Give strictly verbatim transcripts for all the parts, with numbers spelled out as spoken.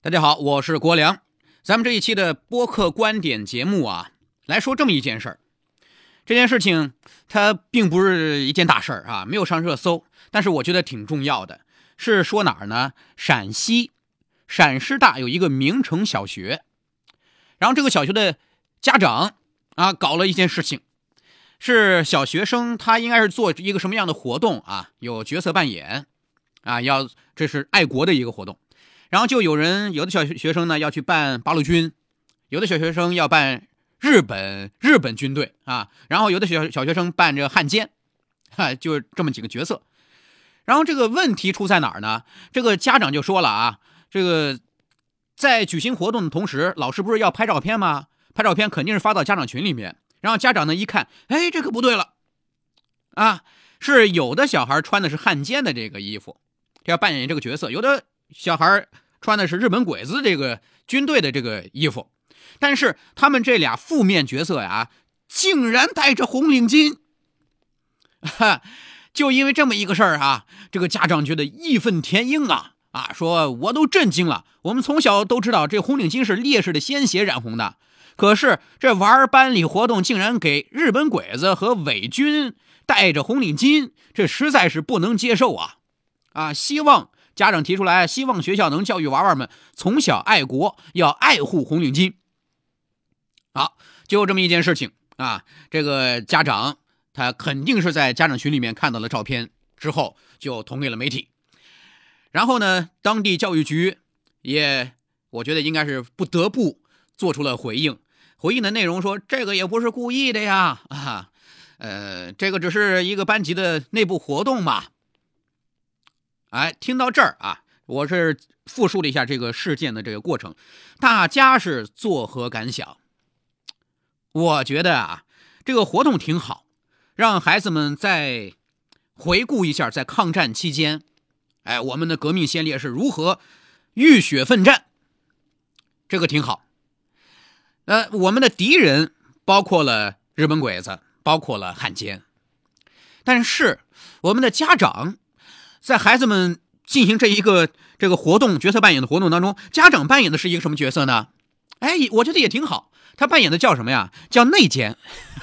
大家好，我是国良。咱们这一期的播客观点节目啊，来说这么一件事儿。这件事情它并不是一件大事儿啊，没有上热搜，但是我觉得挺重要的。是说哪儿呢？陕西陕师大有一个名城小学，然后这个小学的家长啊搞了一件事情，是小学生他应该是做一个什么样的活动啊？有角色扮演啊，要这是爱国的一个活动。然后就有人，有的小学生呢要去扮八路军，有的小学生要扮日本日本军队啊，然后有的小小学生扮这汉奸，哈，就这么几个角色。然后这个问题出在哪儿呢？这个家长就说了啊，这个在举行活动的同时，老师不是要拍照片吗？拍照片肯定是发到家长群里面。然后家长呢一看，哎，这个不对了啊，是有的小孩穿的是汉奸的这个衣服，要扮演这个角色，有的小孩穿的是日本鬼子这个军队的这个衣服，但是他们这俩负面角色呀，竟然戴着红领巾，哈，就因为这么一个事儿啊，这个家长觉得义愤填膺啊啊，说我都震惊了，我们从小都知道这红领巾是烈士的鲜血染红的，可是这玩班里活动竟然给日本鬼子和伪军戴着红领巾，这实在是不能接受啊啊！希望家长提出来，希望学校能教育娃娃们从小爱国，要爱护红领巾。好，就这么一件事情啊，这个家长他肯定是在家长群里面看到了照片之后，就捅给了媒体。然后呢，当地教育局也，我觉得应该是不得不做出了回应。回应的内容说，这个也不是故意的呀，啊，呃，这个只是一个班级的内部活动嘛。哎，听到这儿啊，我是复述了一下这个事件的这个过程，大家是作何感想？我觉得啊，这个活动挺好，让孩子们再回顾一下在抗战期间，哎，我们的革命先烈是如何浴血奋战，这个挺好。呃，我们的敌人包括了日本鬼子，包括了汉奸，但是我们的家长在孩子们进行这一个这个活动角色扮演的活动当中，家长扮演的是一个什么角色呢？哎，我觉得也挺好，他扮演的叫什么呀？叫内奸。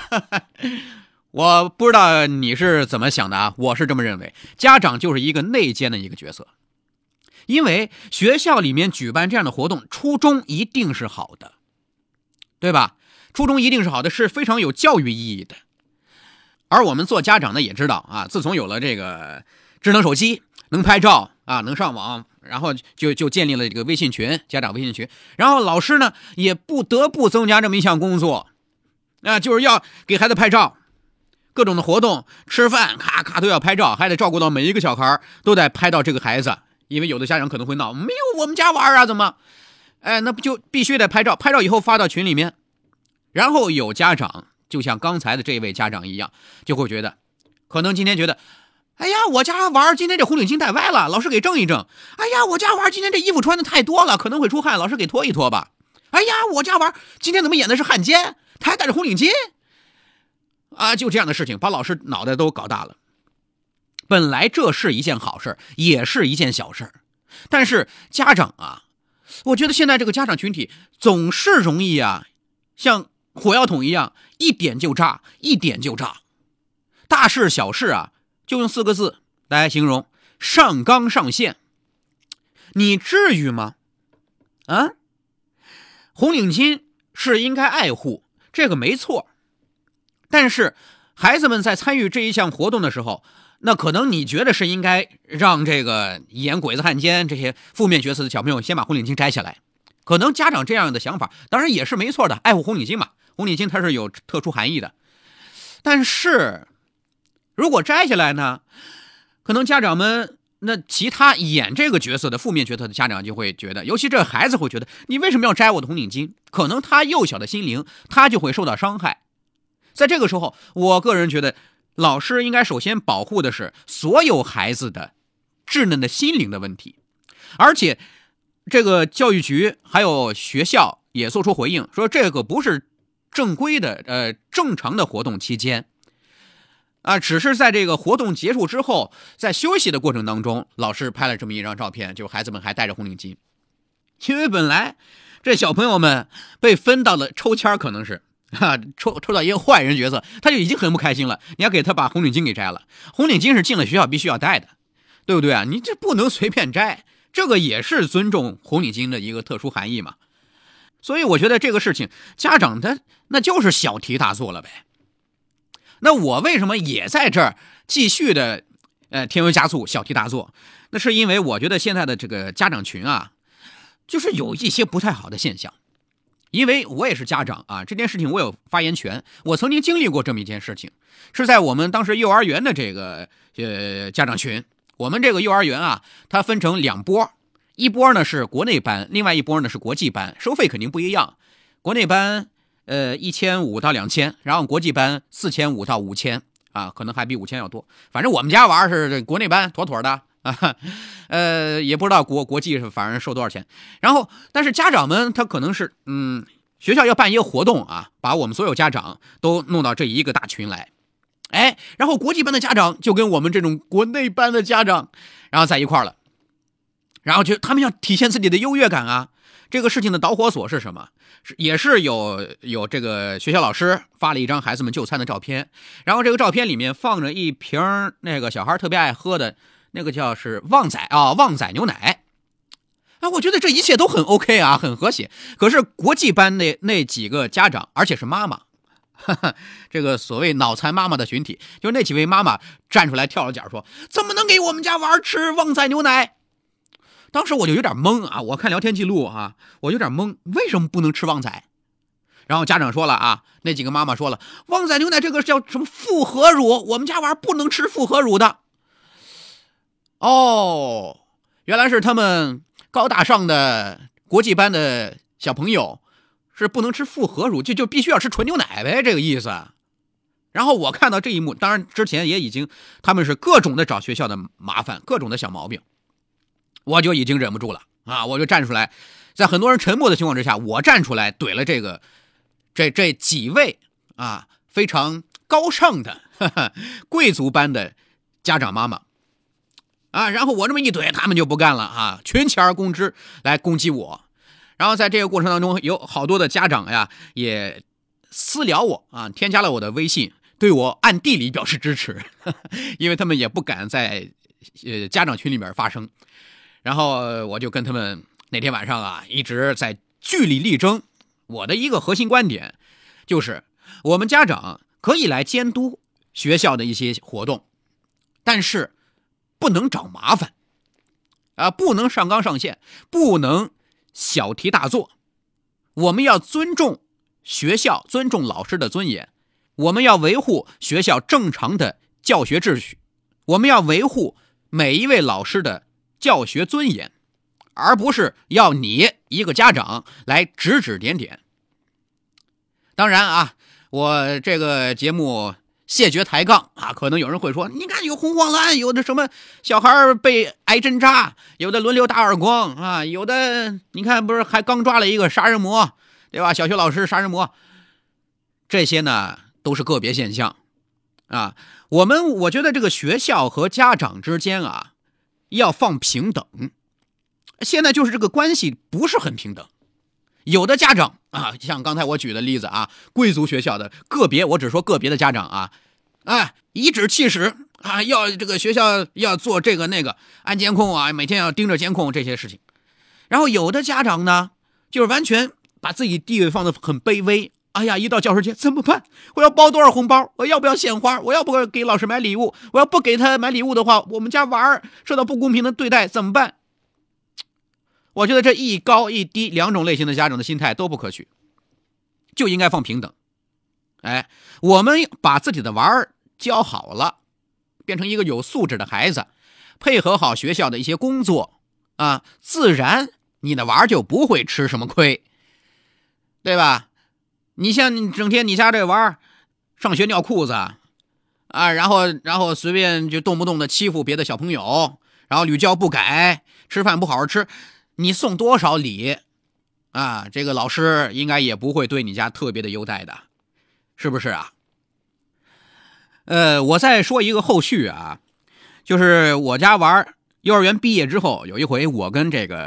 我不知道你是怎么想的啊，我是这么认为，家长就是一个内奸的一个角色。因为学校里面举办这样的活动，初衷一定是好的，对吧？初衷一定是好的，是非常有教育意义的。而我们做家长的也知道啊，自从有了这个智能手机，能拍照啊，能上网，然后就就建立了这个微信群，家长微信群，然后老师呢也不得不增加这么一项工作，啊，就是要给孩子拍照，各种的活动，吃饭咔咔都要拍照，还得照顾到每一个小孩，都得拍到这个孩子，因为有的家长可能会闹，没有我们家玩啊，怎么？哎，那不就必须得拍照，拍照以后发到群里面，然后有家长就像刚才的这位家长一样，就会觉得，可能今天觉得，哎呀，我家玩今天这红领巾戴歪了，老师给正一正。哎呀，我家玩今天这衣服穿的太多了，可能会出汗，老师给脱一脱吧。哎呀，我家玩今天怎么演的是汉奸，他还戴着红领巾啊！就这样的事情，把老师脑袋都搞大了。本来这是一件好事，也是一件小事，但是家长啊，我觉得现在这个家长群体总是容易啊，像火药桶一样，一点就炸，一点就炸。大事小事啊，就用四个字来形容，上纲上线。你至于吗？啊，红领巾是应该爱护，这个没错。但是孩子们在参与这一项活动的时候，那可能你觉得是应该让这个演鬼子汉奸这些负面角色的小朋友先把红领巾摘下来，可能家长这样的想法当然也是没错的，爱护红领巾嘛，红领巾它是有特殊含义的。但是如果摘下来呢，可能家长们那其他演这个角色的负面角色的家长就会觉得，尤其这孩子会觉得，你为什么要摘我的红领巾？可能他幼小的心灵他就会受到伤害。在这个时候，我个人觉得老师应该首先保护的是所有孩子的稚嫩的心灵的问题。而且这个教育局还有学校也做出回应，说这个不是正规的呃正常的活动期间啊，只是在这个活动结束之后，在休息的过程当中，老师拍了这么一张照片，就孩子们还戴着红领巾。 因为本来这小朋友们被分到了抽签，可能是啊，抽抽到一个坏人角色，他就已经很不开心了。你要给他把红领巾给摘了，红领巾是进了学校必须要戴的，对不对啊？你这不能随便摘，这个也是尊重红领巾的一个特殊含义嘛。所以我觉得这个事情，家长他那就是小题大做了呗。那我为什么也在这儿继续的呃添油加醋、小题大做？那是因为我觉得现在的这个家长群啊，就是有一些不太好的现象。因为我也是家长啊，这件事情我有发言权。我曾经经历过这么一件事情，是在我们当时幼儿园的这个呃家长群。我们这个幼儿园啊，它分成两波，一波呢是国内班，另外一波呢是国际班，收费肯定不一样。国内班呃一千五到两千，然后国际班四千五到五千啊，可能还比五千要多。反正我们家娃是国内班，妥妥的。啊，呃，也不知道国国际是反正收多少钱。然后，但是家长们他可能是，嗯，学校要办一个活动啊，把我们所有家长都弄到这一个大群来，哎，然后国际班的家长就跟我们这种国内班的家长，然后在一块了，然后就他们要体现自己的优越感啊。这个事情的导火索是什么？是也是有有这个学校老师发了一张孩子们就餐的照片，然后这个照片里面放着一瓶那个小孩特别爱喝的。那个叫是旺仔啊，旺仔牛奶啊，我觉得这一切都很 OK 啊，很和谐。可是国际班那那几个家长，而且是妈妈，哈哈，这个所谓脑残妈妈的群体，就那几位妈妈站出来跳了脚说：“怎么能给我们家娃吃旺仔牛奶？”当时我就有点懵啊，我看聊天记录啊，我有点懵，为什么不能吃旺仔？然后家长说了啊，那几个妈妈说了，旺仔牛奶这个叫什么复合乳，我们家娃不能吃复合乳的。哦，原来是他们高大上的国际班的小朋友是不能吃复合乳，就就必须要吃纯牛奶呗，这个意思。然后我看到这一幕，当然之前也已经他们是各种的找学校的麻烦，各种的小毛病，我就已经忍不住了啊，我就站出来，在很多人沉默的情况之下，我站出来怼了这个这这几位啊非常高尚的呵呵贵族班的家长妈妈。啊，然后我这么一怼，他们就不干了啊，群起而攻之来攻击我。然后在这个过程当中，有好多的家长呀也私聊我啊，添加了我的微信，对我暗地里表示支持，呵呵，因为他们也不敢在呃家长群里面发声。然后我就跟他们那天晚上啊一直在据理力争。我的一个核心观点就是，我们家长可以来监督学校的一些活动，但是不能找麻烦啊，不能上纲上线，不能小题大做。我们要尊重学校，尊重老师的尊严，我们要维护学校正常的教学秩序，我们要维护每一位老师的教学尊严，而不是要你一个家长来指指点点。当然啊，我这个节目谢绝抬杠啊，可能有人会说，你看有红黄蓝，有的什么小孩被挨针扎，有的轮流打耳光啊，有的你看不是还刚抓了一个杀人魔，对吧？小学老师杀人魔，这些呢都是个别现象啊。我们我觉得这个学校和家长之间啊要放平等，现在就是这个关系不是很平等。有的家长啊，像刚才我举的例子啊，贵族学校的个别，我只说个别的家长啊，啊，颐指气使啊，要这个学校要做这个那个，安监控啊，每天要盯着监控这些事情。然后有的家长呢，就是完全把自己地位放得很卑微。哎呀，一到教师节怎么办？我要包多少红包？我要不要献花？我要不给老师买礼物？我要不给他买礼物的话，我们家娃儿受到不公平的对待怎么办？我觉得这一高一低两种类型的家长的心态都不可取，就应该放平等。哎，我们把自己的娃儿教好了，变成一个有素质的孩子，配合好学校的一些工作啊，自然你的娃儿就不会吃什么亏，对吧？你像你整天你家这娃儿上学尿裤子啊，然后然后随便就动不动的欺负别的小朋友，然后屡教不改，吃饭不好好吃，你送多少礼啊，这个老师应该也不会对你家特别的优待的，是不是啊？呃，我再说一个后续啊，就是我家娃幼儿园毕业之后，有一回我跟这个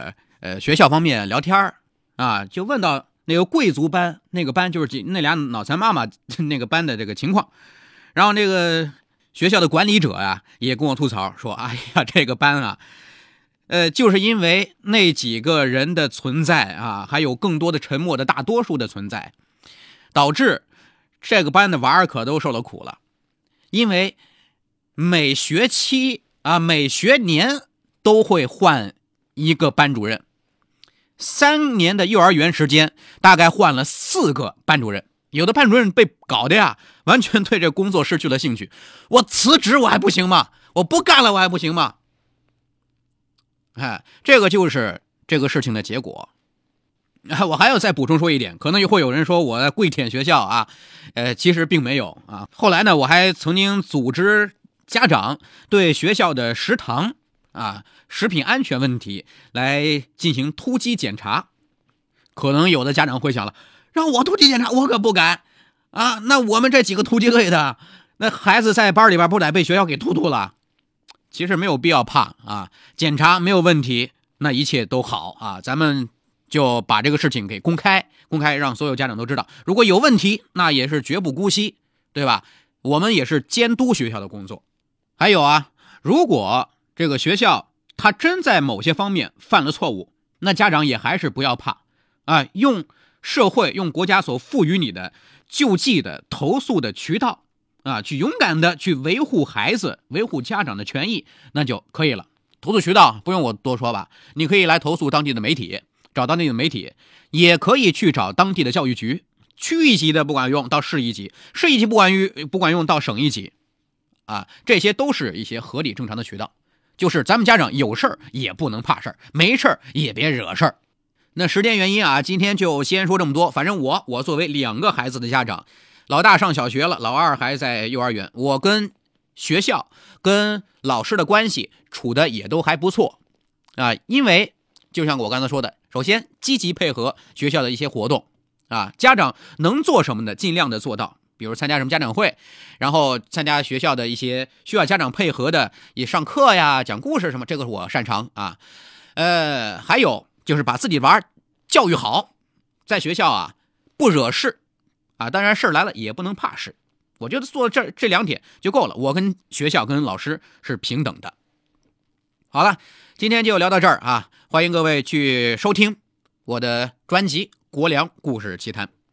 呃学校方面聊天啊，就问到那个贵族班那个班就是那俩脑残妈妈那个班的这个情况，然后那个学校的管理者啊也跟我吐槽说，哎呀这个班啊，呃就是因为那几个人的存在啊，还有更多的沉默的大多数的存在，导致这个班的娃儿可都受了苦了，因为每学期啊每学年都会换一个班主任，三年的幼儿园时间大概换了四个班主任，有的班主任被搞的呀完全对这工作失去了兴趣，我辞职我还不行吗？我不干了我还不行吗？哎，这个就是这个事情的结果。我还要再补充说一点，可能会有人说我在跪舔学校啊，呃，其实并没有啊。后来呢，我还曾经组织家长对学校的食堂啊、食品安全问题来进行突击检查。可能有的家长会想了，让我突击检查，我可不敢啊！那我们这几个突击队的，那孩子在班里边不得被学校给突突了？其实没有必要怕啊，检查没有问题，那一切都好啊，咱们就把这个事情给公开，公开让所有家长都知道。如果有问题，那也是绝不姑息，对吧？我们也是监督学校的工作。还有啊，如果这个学校他真在某些方面犯了错误，那家长也还是不要怕啊，用社会用国家所赋予你的救济的投诉的渠道啊，去勇敢的去维护孩子维护家长的权益，那就可以了。投诉渠道不用我多说吧，你可以来投诉当地的媒体，找当地的媒体，也可以去找当地的教育局，区一级的不管用到市一级，市一级不管用不管用到省一级啊，这些都是一些合理正常的渠道。就是咱们家长有事儿也不能怕事儿，没事儿也别惹事儿。那时间原因啊，今天就先说这么多。反正我我作为两个孩子的家长，老大上小学了，老二还在幼儿园，我跟学校跟老师的关系处的也都还不错啊。因为就像我刚才说的，首先积极配合学校的一些活动啊，家长能做什么的尽量的做到，比如参加什么家长会，然后参加学校的一些需要家长配合的也上课呀讲故事什么，这个我擅长啊。呃，还有就是把自己娃教育好，在学校啊不惹事啊，当然事来了也不能怕事，我觉得做这这两点就够了，我跟学校跟老师是平等的。好了，今天就聊到这儿啊，欢迎各位去收听我的专辑《国良故事奇谈》。